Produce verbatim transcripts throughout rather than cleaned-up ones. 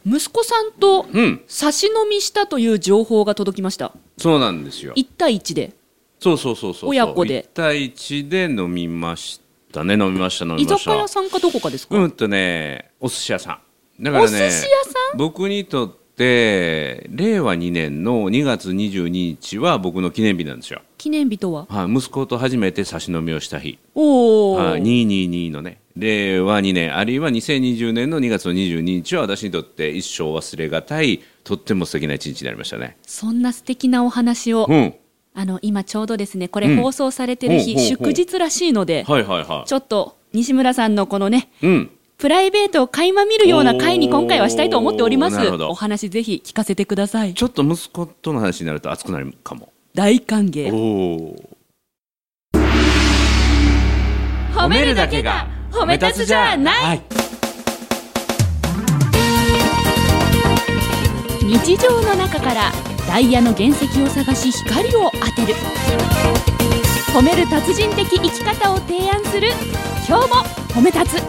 息子さんと差し飲みしたという情報が届きました。 そうなんですよ。 いち対いちで。 そうそうそうそう。 親子でいち対いちで飲みましたね。飲みました飲みました。 居酒屋さんかどこかですか？ うんとね、お寿司屋さん。だからね、 お寿司屋さん？ 僕にとってれいわにねんのにがつにじゅうににちは僕の記念日なんですよ。 記念日とは？ はい、息子と初めて差し飲みをした日。 おー、 はい、にせんにじゅうにのね、れいわにねんあるいはにせんにじゅうねんのにがつのにじゅうににちは私にとって一生忘れがたいとっても素敵な一日になりましたね。 そんな素敵なお話を、うん、あの今ちょうどですねこれ放送されてる日、うん、祝日らしいので、 はいはいはい、 ちょっと西村さんのこのね、 うん、 プライベートを垣間見るような回に今回はしたいと思っております。お話ぜひ聞かせてください。 ちょっと息子との話になると熱くなるかも。 大歓迎。 おー、 褒めるだけが褒め立つじゃない、はい、日常の中からダイヤの原石を探し光を当てる、褒める達人的生き方を提案する今日も褒め立つ。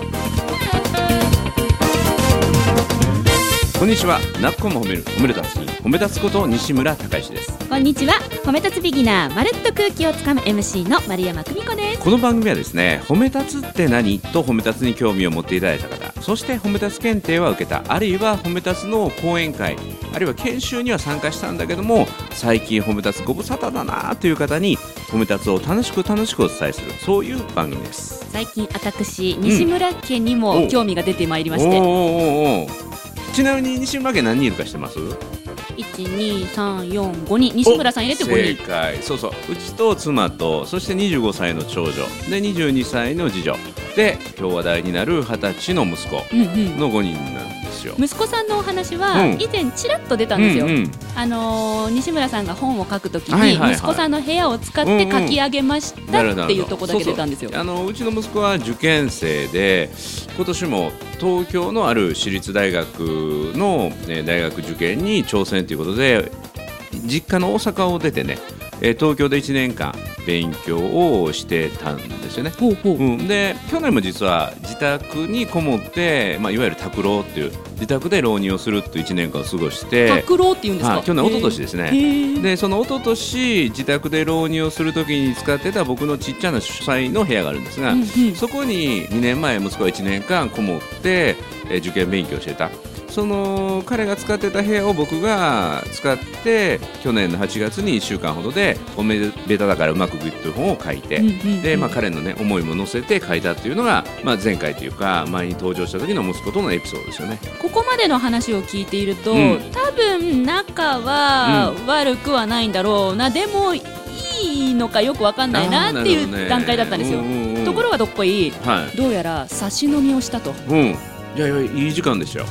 こんにちは。なっこも褒める褒める達人褒め立つこと西村孝之です。 こんにちは。褒め立つビギナーまるっと空気をつかむ エムシー の丸山久美子です。 この番組はですね、褒め立つって何と褒め立つに興味を持っていただいた方、そして褒め立つ検定は受けた、あるいは褒め立つの講演会、あるいは研修には参加したんだけども最近褒め立つご無沙汰だなという方に褒め立つを楽しく楽しくお伝えする、そういう番組です。 最近私西村家にも興味が出てまいりまして、うん、おーおーおー、ちなみに西村家何人いるか知ってます？ いち、に、さん、よん、ごにん、西村さん入れてごにん。 正解。そうそう、うちと妻と、そしてにじゅうごさいの長女でにじゅうにさいの次女で今日話題になるはたちの息子のごにんなんですよ、 うんうん、息子さんのお話は以前ちらっと出たんですよ、うんうん、あのー、西村さんが本を書くときに息子さんの部屋を使って書き上げましたっていうところだけ出たんですよ。 あのうちの息子は受験生で今年も東京のある私立大学の、ね、大学受験に挑戦ということで実家の大阪を出てね、東京でいちねんかん勉強をしてたんですよね。 ほうほう、 うん、で去年も実は自宅にこもって、まあ、いわゆる宅浪っていう自宅で浪人をするっていういちねんかんを過ごして。 宅浪っていうんですか？ はい、去年一昨年ですね。でその一昨年自宅で浪人をするときに使ってた僕のちっちゃな書斎の部屋があるんですが、うんうん、そこににねんまえ息子がいちねんかんこもって、え受験勉強してた。その彼が使ってた部屋を僕が使って去年のはちがつにいっしゅうかんほどで褒めベタだからうまくいくという本を書いて、うんうんうん、でまあ、彼の、ね、思いも乗せて書いたっていうのが、まあ、前回というか前に登場した時の息子とのエピソードですよね。 ここまでの話を聞いていると、うん、多分仲は悪くはないんだろうな、うん、でもいいのかよく分かんないなっていう段階だったんですよ、ね、ところがどっこい、はい、どうやら差し飲みをしたと、 うん、いやいやいい時間でしたよ。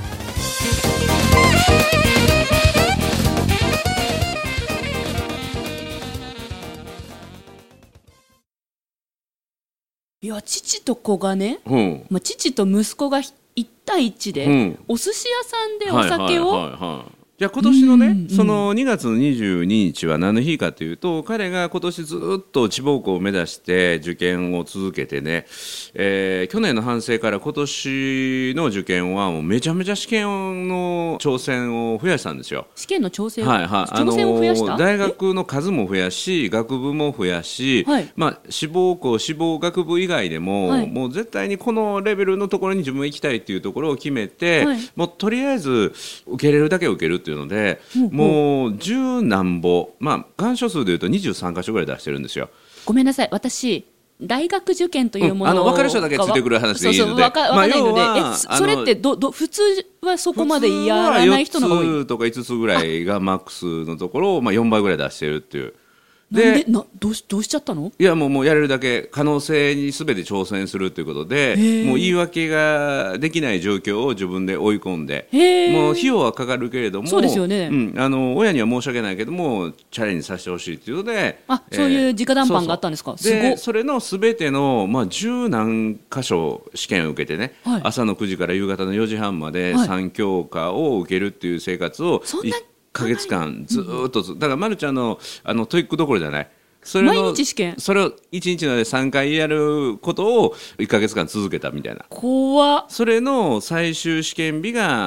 いや父と子がね、 うん、 まあ、父と息子がいち対いちで、うん、お寿司屋さんでお酒を、 はいはいはいはい、じゃあ今年のね、うんうん、そのにがつのにじゅうににちは何の日かというと、彼が今年ずっと志望校を目指して受験を続けてね、えー、去年の反省から今年の受験はもうめちゃめちゃ試験の挑戦を増やしたんですよ。 試験の挑戦、 はいはい、 挑戦を増やした、 あの大学の数も増やし学部も増やし、はい、まあ、志望校志望学部以外でも、はい、もう絶対にこのレベルのところに自分が行きたいっていうところを決めて、はい、もうとりあえず受けれるだけ受けるっていうので、うんうん、もう十何ぼ、まあ、願書数でいうとにじゅうさんかしょぐらい出してるんですよ。 ごめんなさい、私大学受験というものを、うん、あの分かる人だけついてくる話でいいので、 そうそう分か、分かんないので、まあ、えそれってどど普通はそこまでやらない人の方が多い。 よっつとかいつつぐらいがマックスのところを、まあ、よんばいぐらい出してるっていう。 でなんでなどうし、どうしちゃったの？ いやもう、もうやれるだけ可能性に全て挑戦するということで、もう言い訳ができない状況を自分で追い込んで、もう費用はかかるけれども、 そうですよね、 うん、あの親には申し訳ないけどもチャレンジさせてほしいというので、 あ、そういう直談判があったんですか？ そうそう、でそれの全ての、まあ、十何箇所試験を受けてね、はい、朝のくじから夕方のよじはんまでさん教科を受けるっていう生活を、 そんないっかげつかんずーっとず、だからまるちゃんの、あのトイックどころじゃない、それ毎日試験、 それをいちにちのでさんかいやることをいっかげつかん続けたみたいな。 怖っ。 それの最終試験日が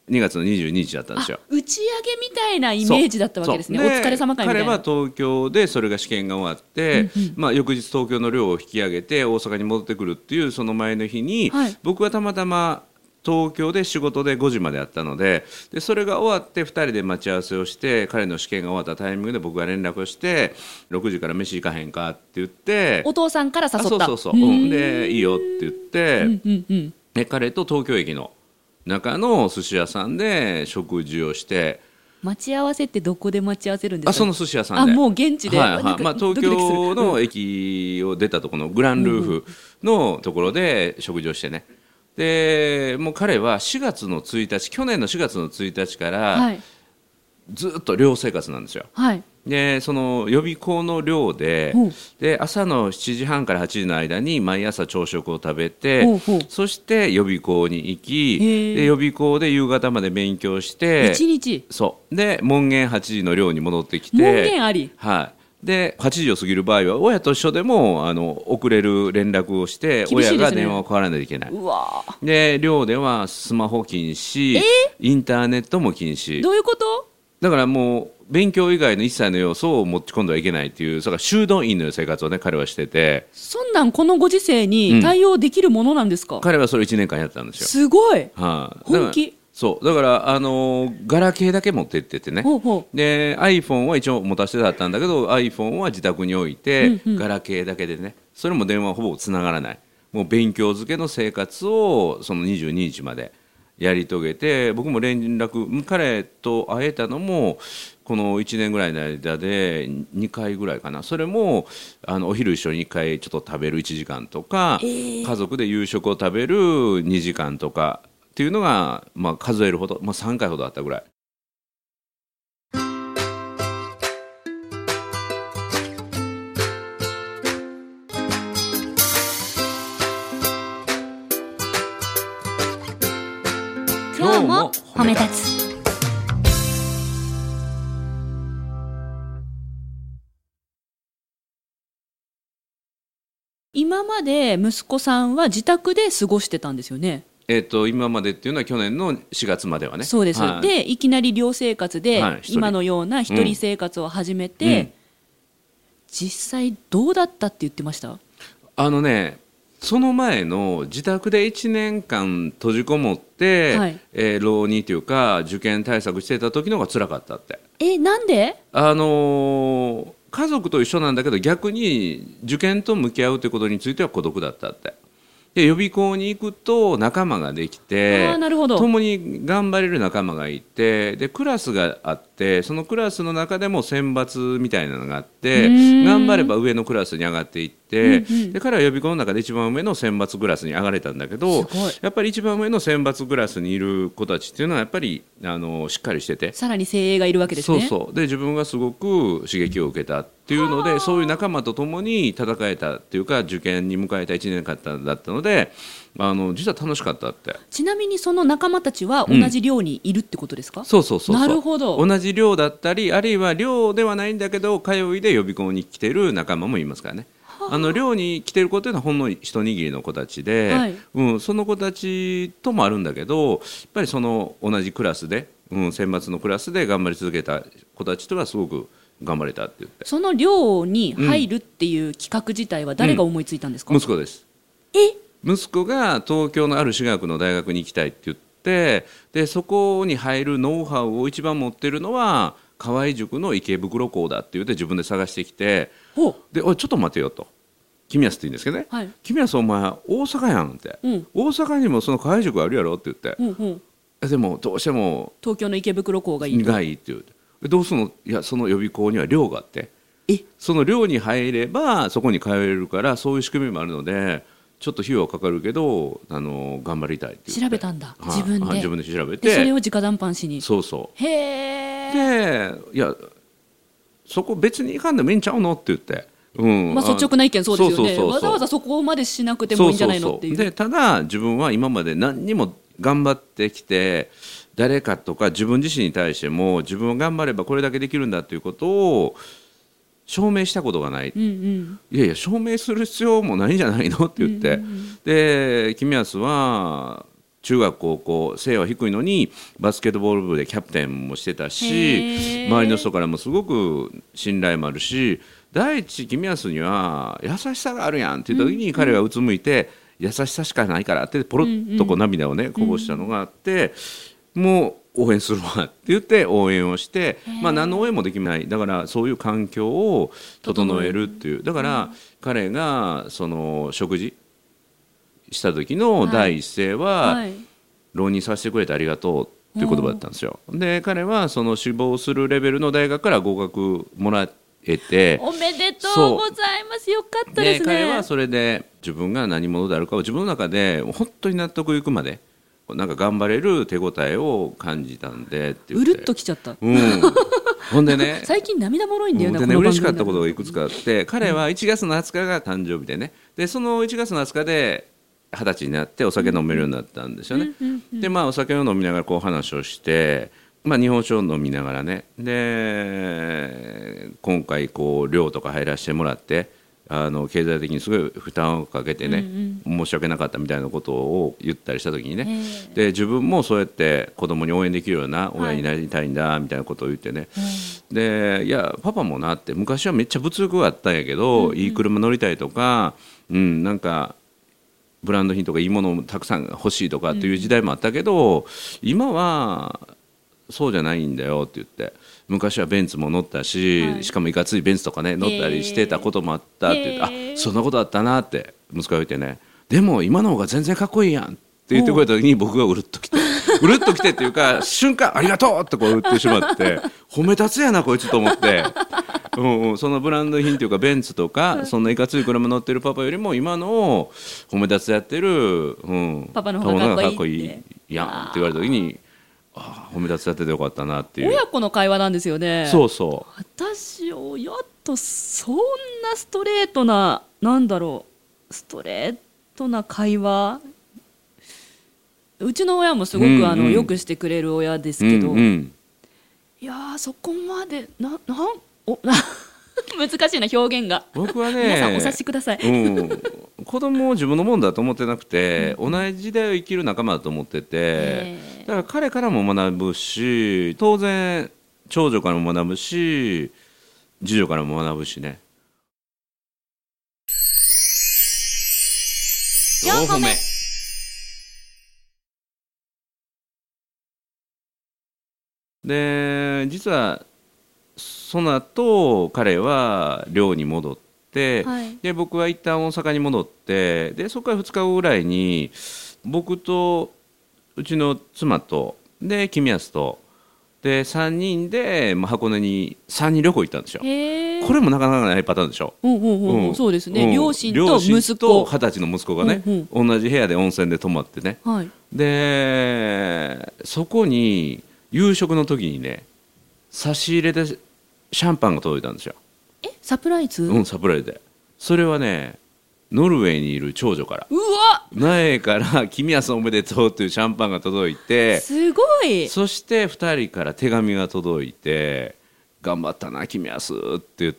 にがつのにじゅうににちだったんですよ。 打ち上げみたいなイメージだったわけですね。お疲れ様会みたいな。 彼は東京でそれが試験が終わって、うんうん、まあ、翌日東京の寮を引き上げて大阪に戻ってくるっていうその前の日に、はい、僕はたまたま東京で仕事でごじまであったの で, でそれが終わってふたりで待ち合わせをして彼の試験が終わったタイミングで僕が連絡をしてろくじから飯行かへんかって言ってお父さんから誘った。 そうそうそう、うん、でいいよって言って、うんうんうん、で彼と東京駅の中の寿司屋さんで食事をして。 待ち合わせってどこで待ち合わせるんですか？ あその寿司屋さんで。 あもう現地で、 はいはい、まあ、東京の駅を出たところのグランルーフのところで食事をしてね。でもう彼はしがつのついたち去年のしがつのついたちからずっと寮生活なんですよ、はい、でその予備校の寮 で,、うん、で朝のしちじはんからはちじの間に毎朝朝食を食べて、うんうん、そして予備校に行きで予備校で夕方まで勉強していちにちそうで門限はちじの寮に戻ってきて門限あり、 はい、ではちじを過ぎる場合は親と一緒でもあの遅れる連絡をして、ね、親が電話を代わらないといけない。 うわで寮ではスマホ禁止、インターネットも禁止。 どういうこと？ だからもう勉強以外の一切の要素を持ち込んではいけないっていうそれから修道院の生活をね彼はしてて。 そんなんこのご時世に対応できるものなんですか？ うん、彼はそれいちねんかんやったんですよ。 すごい、 はあ、 本気。 そうだから、あのー、ガラケーだけ持ってっててね。ほうほうで iPhone は一応持たせてだったんだけど iPhone は自宅に置いて、うんうん、ガラケーだけでねそれも電話ほぼつながらないもう勉強漬けの生活をそのにじゅうににちまでやり遂げて僕も連絡彼と会えたのもこのいちねんぐらいの間でにかいぐらいかな。それもあのお昼一緒にいっかいちょっと食べるいちじかんとか、えー、家族で夕食を食べるにじかんとかっていうのが、まあ、数えるほど、まあ、さんかいほどあったぐらい。 今日も褒め立つ。今まで息子さんは自宅で過ごしてたんですよね。 えー、と今までっていうのは去年のしがつまではね。 そうです、 はい、 でいきなり寮生活で、はい、今のような一人生活を始めて、うんうん、実際どうだったって言ってました？ あのねその前の自宅でいちねんかん閉じこもって、はい、えー、浪人というか受験対策してた時の方が辛かったって。 えなんで？ あのー、家族と一緒なんだけど逆に受験と向き合うということについては孤独だったって。で予備校に行くと仲間ができてあなるほど共に頑張れる仲間がいてでクラスがあってそのクラスの中でも選抜みたいなのがあって頑張れば上のクラスに上がっていって、うんうん、で彼は予備校の中で一番上の選抜クラスに上がれたんだけどやっぱり一番上の選抜クラスにいる子たちっていうのはやっぱりあのしっかりしててさらに精鋭がいるわけですね。 そうそうで自分がすごく刺激を受けたっていうのでそういう仲間と共に戦えたっていうか受験に迎えたいちねんかんだったのであの実は楽しかったって。 ちなみにその仲間たちは同じ寮にいるってことですか？ うん、そうそうそうそう。 なるほど。 同じ寮だったりあるいは寮ではないんだけど通いで予備校に来てる仲間もいますからね。あの寮に来てる子っていうのはほんの一握りの子たちで、はい、うん、その子たちともあるんだけどやっぱりその同じクラスで、うん、選抜のクラスで頑張り続けた子たちとはすごく頑張れたって言って。 その寮に入るっていう企画自体は誰が思いついたんですか？ うん、息子です。 え息子が東京のある私学の大学に行きたいって言ってでそこに入るノウハウを一番持ってるのは河合塾の池袋校だって言って自分で探してきてでおいちょっと待てよと君安って言うんですけどね、はい、君安お前大阪やんって、うん、大阪にもその河合塾あるやろって言って、うんうん、でもどうしても東京の池袋校がいいとがいいって言うどうするのいやその予備校には寮があってえその寮に入ればそこに通えるからそういう仕組みもあるのでちょっと費用はかかるけどあの頑張りたいって言って調べたんだ自分で、 は自分で調べてでそれを直談判しにそうそうへえでいやそこ別に行かんでもいいんちゃうのって言って、うんまあ、率直な意見そうですよね。そうそうそうそうわざわざそこまでしなくてもいいんじゃないのっていう。 そうそうそうでただ自分は今まで何にも頑張ってきて誰かとか自分自身に対しても自分は頑張ればこれだけできるんだということを証明したことがない、うんうん、いやいや証明する必要もないんじゃないのって言って、うんうんうん、で君安は中学高校背は低いのにバスケットボール部でキャプテンもしてたし、周りの人からもすごく信頼もあるし、第一公康には優しさがあるやんっていう時に、うん、彼がうつむいて優しさしかないからってポロッとこう涙をねこぼしたのがあって、うん、もう応援するわって言って応援をして、まあ、何の応援もできない。だからそういう環境を整えるっていう。だから彼がその食事した時の第一声は、はいはい、浪人させてくれてありがとうっていう言葉だったんですよ。で彼はその志望するレベルの大学から合格もらえて、 おめでとうございます。よかったですね。で彼はそれで自分が何者であるかを自分の中で本当に納得いくまでなんか頑張れる手応えを感じたんでって言って、 うるっときちゃった、 うん、ほんでね最近涙もろいんだよね。 でね嬉しかったことがいくつかあって、彼はいちがつのはつかが誕生日でね、でそのいちがつのはつかではたちになってお酒飲めるようになったんですよね、うんうんうん、でまあお酒を飲みながらこう話をして、まあ、日本酒を飲みながらね、で今回こう寮とか入らせてもらってあの経済的にすごい負担をかけてね、うんうん、申し訳なかったみたいなことを言ったりした時にね、で自分もそうやって子供に応援できるような親になりたいんだみたいなことを言ってね、はい、でいやパパもなって昔はめっちゃ物欲があったんやけど、うんうん、いい車乗りたいとか、うん、なんかブランド品とかいいものをたくさん欲しいとかっていう時代もあったけど、うん、今はそうじゃないんだよって言って、昔はベンツも乗ったし、はい、しかもいかついベンツとかね乗ったりしてたこともあったって言って、あそんなことあったなって息子が言ってね、でも今の方が全然かっこいいやんって言ってくれた時に僕がうるっときてうるっときてっていうか瞬間ありがとうってこう言ってしまって褒め立つやなこいつと思って、うんうん、そのブランド品っていうかベンツとかそんないかつい車乗ってるパパよりも今の褒め立つやってる、うん、 パパの方がかっこいいってやんって言われた時にあ褒め立つやっててよかったなっていう親子の会話なんですよね。 そうそう、 私親とそんなストレートななんだろうストレートな会話、うちの親もすごく、うんうん、あのよくしてくれる親ですけど、うんうん、いやそこまでななんお難しいな表現が。 僕はね皆さんお察しください、 うん、子供を自分のもんだと思ってなくて、うん、同じ時代を生きる仲間だと思ってて、だから彼からも学ぶし当然長女からも学ぶし次女からも学ぶしね。よんほめで実はその後彼は寮に戻って、はい、で僕は一旦大阪に戻って、でそこからふつかごぐらいに僕とうちの妻とで公康とでさんにんで、まあ、箱根にさんにん旅行行ったんですよ。これもなかなかないパターンでしょ。 うんうんうんうん、そうですね、うん、両親と息子両親とはたちの息子がね、うんうん、同じ部屋で温泉で泊まってね、 はい、 でそこに夕食の時にね差し入れでシャンパンが届いたんですよ。 えサプライズ？ うんサプライズで。それはねノルウェーにいる長女からうわ苗から君康おめでとうというシャンパンが届いて、 すごい。 そしてふたりから手紙が届いて頑張ったな君康って言って、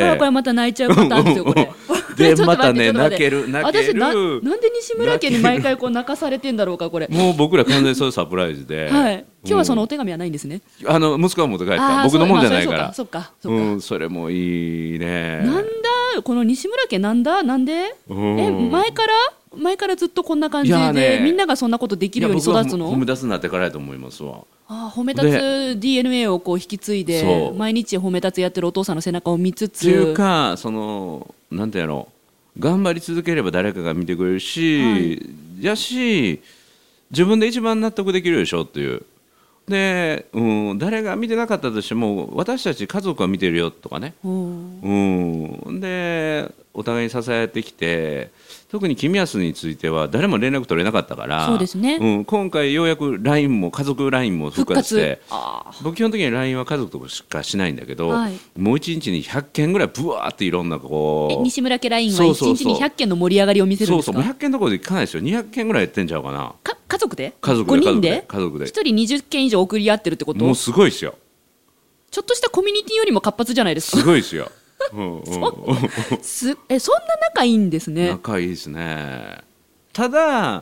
あこれまた泣いちゃうパターンですよこれでまたね泣ける泣ける。 私 な, なんで西村家に毎回こう泣かされてんだろうかこれもう僕ら完全にそういうサプライズで、 はい、今日はそのお手紙はないんですね。 あの息子は持って帰った。僕のもんじゃないから。 そっかそっか、 うん、それもいいね。 なんだこの西村家なんだなんで、え前から前からずっとこんな感じで、ね、みんながそんなことできるように育つの？ 褒め出すなってからやと思いますわ。 あ褒め立つ ディーエヌエー をこう引き継いで毎日褒め立つやってるお父さんの背中を見つつ、 っていうかそのなんてやろう頑張り続ければ誰かが見てくれるし、はい、やし自分で一番納得できるでしょっていうで、うん、誰が見てなかったとしても私たち家族は見てるよとかね、うんうん、でお互いに支えてきて特に公康については誰も連絡取れなかったから、 そうですね、 うん、今回ようやく ライン も家族 ライン も復活して僕基本的に ライン は家族としかしないんだけど、はい、もういちにちにひゃっけんぐらいブワーっていろんなこうえ西村家 ライン はいちにちにひゃっけんの盛り上がりを見せるんですか？ そうそうひゃっけんどころでいかないですよ。にひゃっけんぐらいやってんちゃうかな。 か家族で家族でごにんで家族でひとりにじゅっけん以上送り合ってるってこと？ もうすごいですよ。 ちょっとしたコミュニティよりも活発じゃないですか。 すごいですようんうん、 そすえそんな仲いいんですね。 仲いいですね。ただ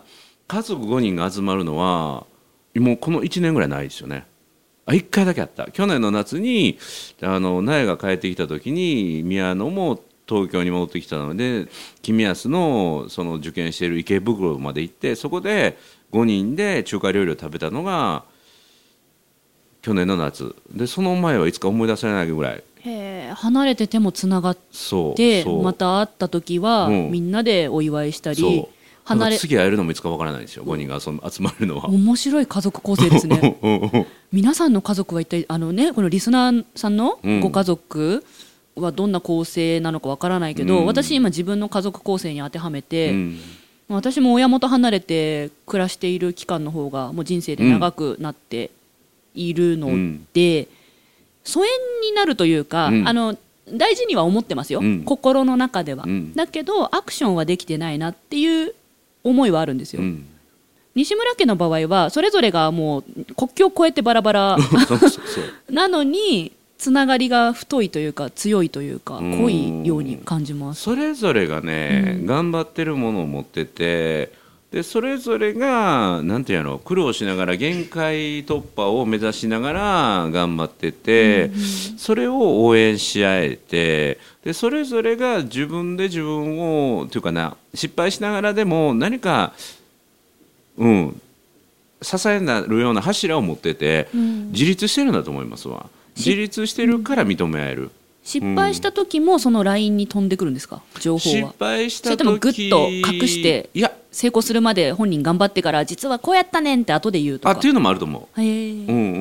家族ごにんが集まるのはもうこのいちねんぐらいないですよね。あいっかいだけあった。去年の夏にあの苗が帰ってきた時に宮野も東京に戻ってきたので君安 の, その受験している池袋まで行ってそこでごにんで中華料理を食べたのが去年の夏で、その前はいつか思い出せないぐらい。 へ離れててもつながってまた会った時は、うん、みんなでお祝いしたり離れ次会えるのもいつかわからないですよ。ごにんが集まるのは面白い家族構成ですね皆さんの家族は一体あの、ね、このリスナーさんのご家族はどんな構成なのかわからないけど、うん、私今自分の家族構成に当てはめて、うん、私も親元離れて暮らしている期間の方がもう人生で長くなっているので、うん、疎遠になるというか、うん、あの大事には思ってますよ、うん、心の中では、うん、だけどアクションはできてないなっていう思いはあるんですよ、うん、西村家の場合はそれぞれがもう国境を越えてバラバラなのにつながりが太いというか強いというか濃いように感じます。 それぞれがね、うん、頑張ってるものを持っててでそれぞれがなんていうの苦労しながら限界突破を目指しながら頑張ってて、うんうん、それを応援し合えてでそれぞれが自分で自分をというかな失敗しながらでも何か、うん、支えになるような柱を持ってて、うん、自立してるんだと思いますわ。自立してるから認め合える。 失敗した時もその ライン に飛んでくるんですか情報は。 失敗した時それともグッと隠していや成功するまで本人頑張ってから実はこうやったねんって後で言うとかあっていうのもあると思う。 へー、 うんうんうん、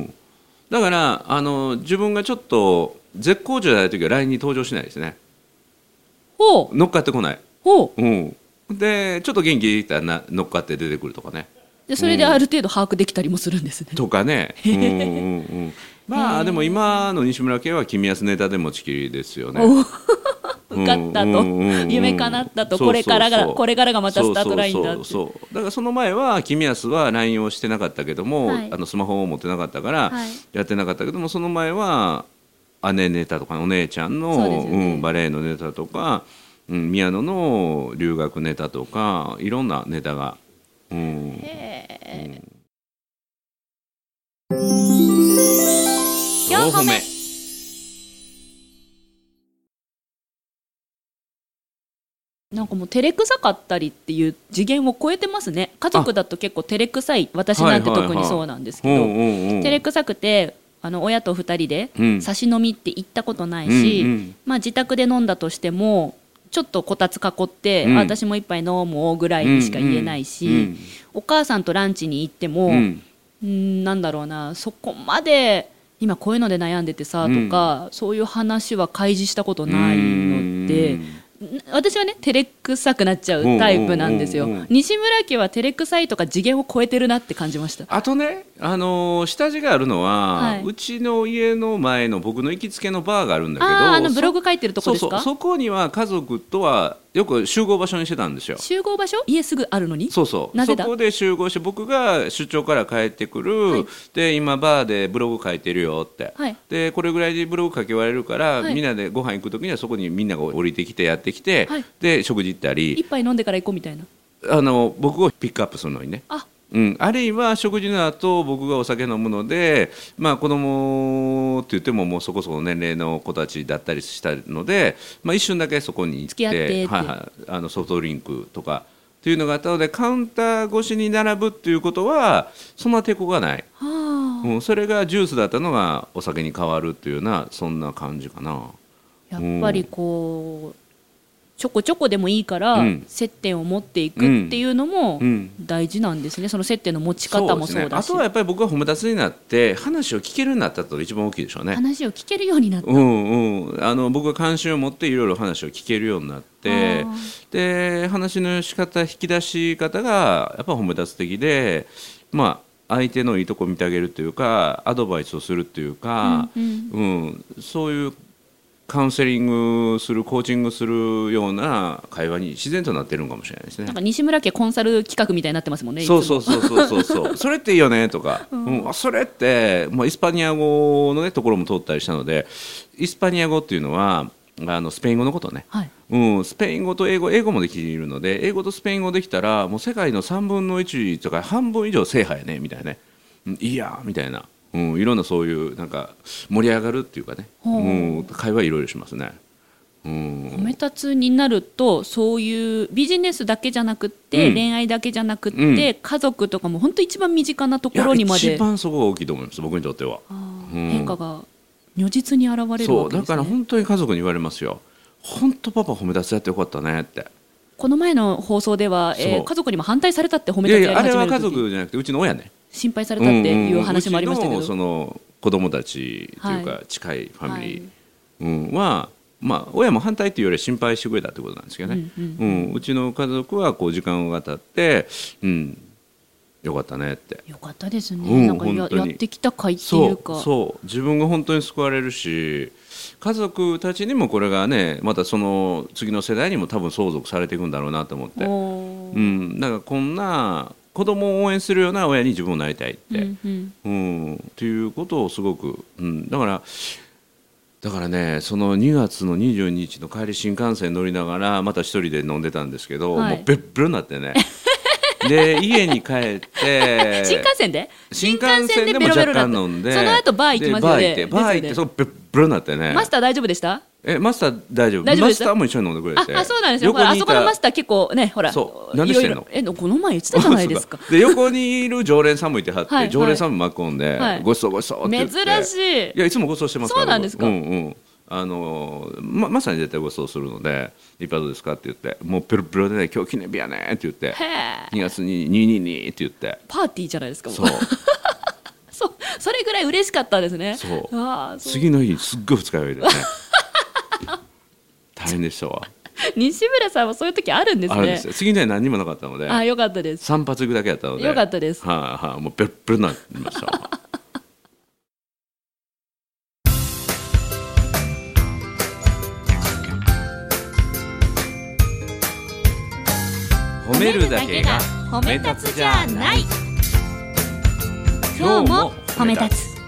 だからあの自分がちょっと絶好調じゃない時は ライン に登場しないですね。 ほう乗っかってこない。 ほう、 うん、でちょっと元気いたら乗っかって出てくるとかね。 でそれである程度把握できたりもするんですね、 うん、とかね、うんうんうんまあでも今の西村家は君安ネタで持ちきりですよね。 受かったと、うんうんうん、夢叶ったと、これからがこれからがまたスタートラインだって。 そうそうそうそう、だからその前は君安は ライン をしてなかったけども、はい、あのスマホを持ってなかったからやってなかったけども、はい、その前は姉ネタとかお姉ちゃんの、ねうん、バレエのネタとか、うん、宮野の留学ネタとかいろんなネタが、うん、へー、うんよんほめなんかもう照れくさかったりっていう次元を超えてますね。家族だと結構照れくさい、私なんて特にそうなんですけど、照れくさくてあの親とふたりで差し飲みって行ったことないし、うんうんまあ、自宅で飲んだとしてもちょっとこたつ囲って、うん、私も一杯飲もうぐらいにしか言えないし、うんうん、お母さんとランチに行っても、うん、んなんだろうなそこまで今こういうので悩んでてさとか、うん、そういう話は開示したことないので、私はね照れくさくなっちゃうタイプなんですよ、うんうんうんうん、西村家は照れくさいとか次元を超えてるなって感じました。 あとね、あのー、下地があるのは、はい、うちの家の前の僕の行きつけのバーがあるんだけど、 ああのブログ書いてるとこですか。 そうそう、そこには家族とはよく集合場所にしてたんですよ。 集合場所家すぐあるのに。 そうそう、なぜだ。そこで集合して僕が出張から帰ってくる、はい、で今バーでブログ書いてるよって、はい、でこれぐらいでブログ書き終われるから、はい、みんなでご飯行く時にはそこにみんなが降りてきてやってきて、はい、で食事行ったり一杯飲んでから行こうみたいな、 あの僕をピックアップするのにね。あうん、あるいは食事の後僕がお酒飲むので、まあ、子供って言ってももうそこそこ年齢の子たちだったりしたので、まあ、一瞬だけそこに行って付き合ってって、 はいはい、あのソフトドリンクとかっていうのがあったのでカウンター越しに並ぶっていうことはそんな抵抗がない、はあうん、それがジュースだったのがお酒に変わるっていうようなそんな感じかな。 やっぱりこうちょこちょこでもいいから、うん、接点を持っていくっていうのも大事なんですね、うん、その接点の持ち方もそうだし、そうですね、 あとはやっぱり僕が褒め立つになって話を聞けるようになったと一番大きいでしょうね。 話を聞けるようになった、 うんうん、あの僕が関心を持っていろいろ話を聞けるようになって、で話の仕方引き出し方がやっぱ褒め立つ的で、まあ相手のいいとこ見てあげるというかアドバイスをするというか、うんうんうん、そういうカウンセリングするコーチングするような会話に自然となってるのかもしれないですね。 なんか西村家コンサル企画みたいになってますもんね。 そうそうそうそうそうそうそれっていいよねとか、うんうん、それって、まあ、イスパニア語の、ね、ところも通ったりしたので、イスパニア語っていうのはあのスペイン語のことね、はいうん、スペイン語と英語英語もできるので英語とスペイン語できたらもう世界のさんぶんのいちとか半分以上制覇やねみたいなね、うん、いやみたいな、うん、いろんなそういうなんか盛り上がるっていうかね、うん、会話いろいろしますね。うん、 褒め立つになるとそういうビジネスだけじゃなくって、うん、恋愛だけじゃなくって、うん、家族とかも本当一番身近なところにまで一番そこが大きいと思います僕にとっては、 うん、変化が如実に現れるわけですね。 そうだから本当に家族に言われますよ。本当パパ褒め立つやってよかったねって。 この前の放送では、えー、家族にも反対されたって褒め立つやり始める時。 いやいやあれは家族じゃなくてうちの親ね心配されたっていう話もありましたけど、 うんうん、うちのその子供たちというか近いファミリー、はいうん、はまあ、親も反対っていうより心配してくれたってことなんですけどね、うんうんうん、うちの家族はこう時間が経って、うん、よかったねってよかったですね、うん、なんか や, やってきた甲斐っていうかそうそう自分が本当に救われるし家族たちにもこれがねまたその次の世代にも多分相続されていくんだろうなと思って、うん、だからこんな子供を応援するような親に自分をなりたいって、うんうんうん、っていうことをすごく、うん、だからだからねそのにがつのにじゅうににちの帰り新幹線乗りながらまた一人で飲んでたんですけど、はい、もうベッベロになってねで家に帰って新幹線で新幹線でも若干飲んでその後バー行きますよね。 バー行ってそうベッベロになってね。 マスター大丈夫でした？ えマスター大丈夫。マスターも一緒に飲んでくれて。 ああそうなんですよ。ほらあそこのマスター結構ねほらそう何してんの？ えこの前言ってたじゃないですか。 で横にいる常連さんもいてはって、はい、常連さんも巻き込んで、はい、ごちそうごちそうって言って珍しい。 いやいつもごちそうしてますから。 そうなんですか。 うんうんあの ま, まさに絶対ごちそうするので一発どうですかって言ってもうペロペロでね今日記念日やねって言ってにがつににひゃくにじゅうにって言ってパーティーじゃないですか。もそうそ, それぐらい嬉しかったですね。 そうあそう次の日すっごい二日酔いでね大変でしたわ。 西村さんはそういう時あるんですね。 あるんですよ。次の日何にもなかったのであよかったです。 さん発だけやったのでよかったです。 はい、あ、はあ、もうペロペロになりましたわ褒めるだけが褒め立つじゃない。 今日も褒め立つ。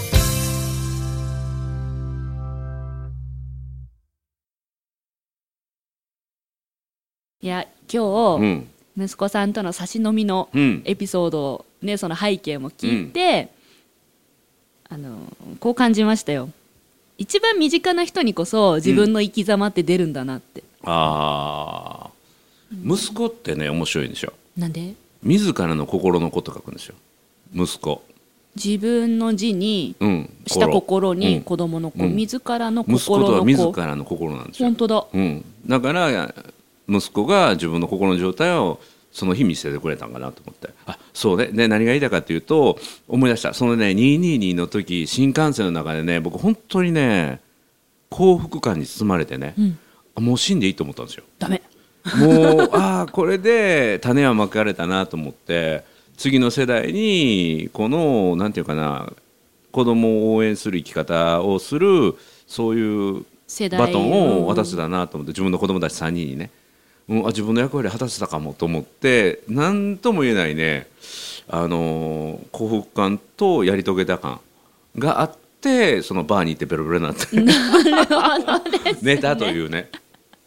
いや今日、うん、息子さんとの差し飲みのエピソードを、ね、その背景も聞いて、うん、あのこう感じましたよ。一番身近な人にこそ自分の生き様って出るんだなって、うん、 あ息子ってね面白いんですよ。 なんで？ 自らの心の子と書くんですよ息子。 自分の字に、うん、した心に子供の子、うん、自らの心の子。息子とは自らの心なんですよ。 本当だ、 うん、だから息子が自分の心の状態をその日見せてくれたんかなと思って。あそうね。で何が言いたいかというと思い出したそのねにひゃくにじゅうにの時新幹線の中でね僕本当にね幸福感に包まれてね、うん、もう死んでいいと思ったんですよ。 ダメもうあこれで種はまかれたなと思って次の世代にこのなんていうかな子供を応援する生き方をするそういうバトンを渡せたなと思って自分の子供たちさんにんにね、うん、あ自分の役割果たせたかもと思って何とも言えないねあのー、幸福感とやり遂げた感があってそのバーに行ってベロベロになって寝たというね。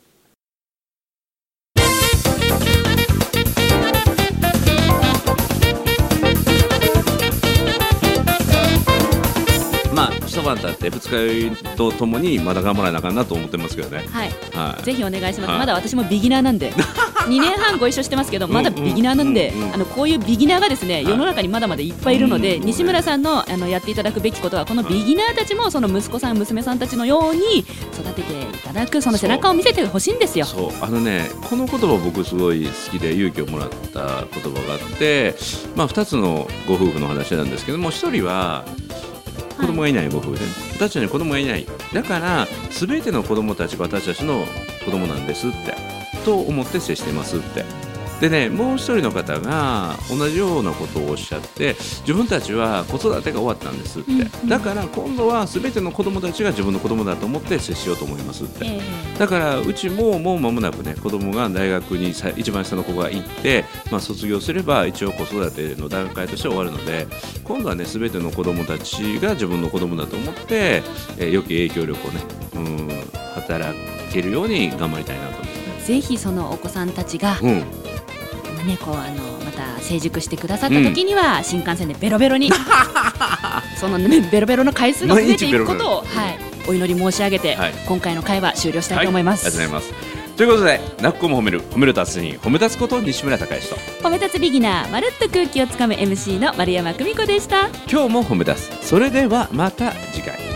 まあ一晩経って二日酔いとともにまだ頑張らなあかんなと思ってますけどね。 はい、はい、ぜひお願いします、はい、まだ私もビギナーなんでにねんはんご一緒してますけどまだビギナーなんで、あのこういうビギナーがですね世の中にまだまだいっぱいいるので、はい、西村さんの、あのやっていただくべきことはこのビギナーたちもその息子さん娘さんたちのように育てていただくその背中を見せてほしいんですよ。 そうあのねこの言葉僕すごい好きで勇気をもらった言葉があって、まあ、ふたつのご夫婦の話なんですけどもひとりは子供がいないご夫婦で、はい、私たちに子供がいないだから全ての子供たちが私たちの子供なんですってと思って接してますってでねもう一人の方が同じようなことをおっしゃって自分たちは子育てが終わったんですって、うんうん、だから今度は全ての子供たちが自分の子供だと思って接しようと思いますって、えー、だからうちももう間もなくね子供が大学に一番下の子が行って、まあ、卒業すれば一応子育ての段階として終わるので今度はね全ての子供たちが自分の子供だと思って、えー、良き影響力をねうん働くけるように頑張りたいなと思って、 ぜひそのお子さんたちが、 うんね、こうあのまた成熟してくださった時には、うん、新幹線でベロベロにその、ね、ベロベロの回数が増えていくことを、はい、お祈り申し上げて、はい、今回の会話終了したいと思います、 はい、ありがとうございます。ということで、なっこも褒める褒める達人褒め立つこと西村孝之と褒め立つビギナーまるっと空気をつかむ エムシー の丸山久美子でした。 今日も褒め立つ。それではまた次回。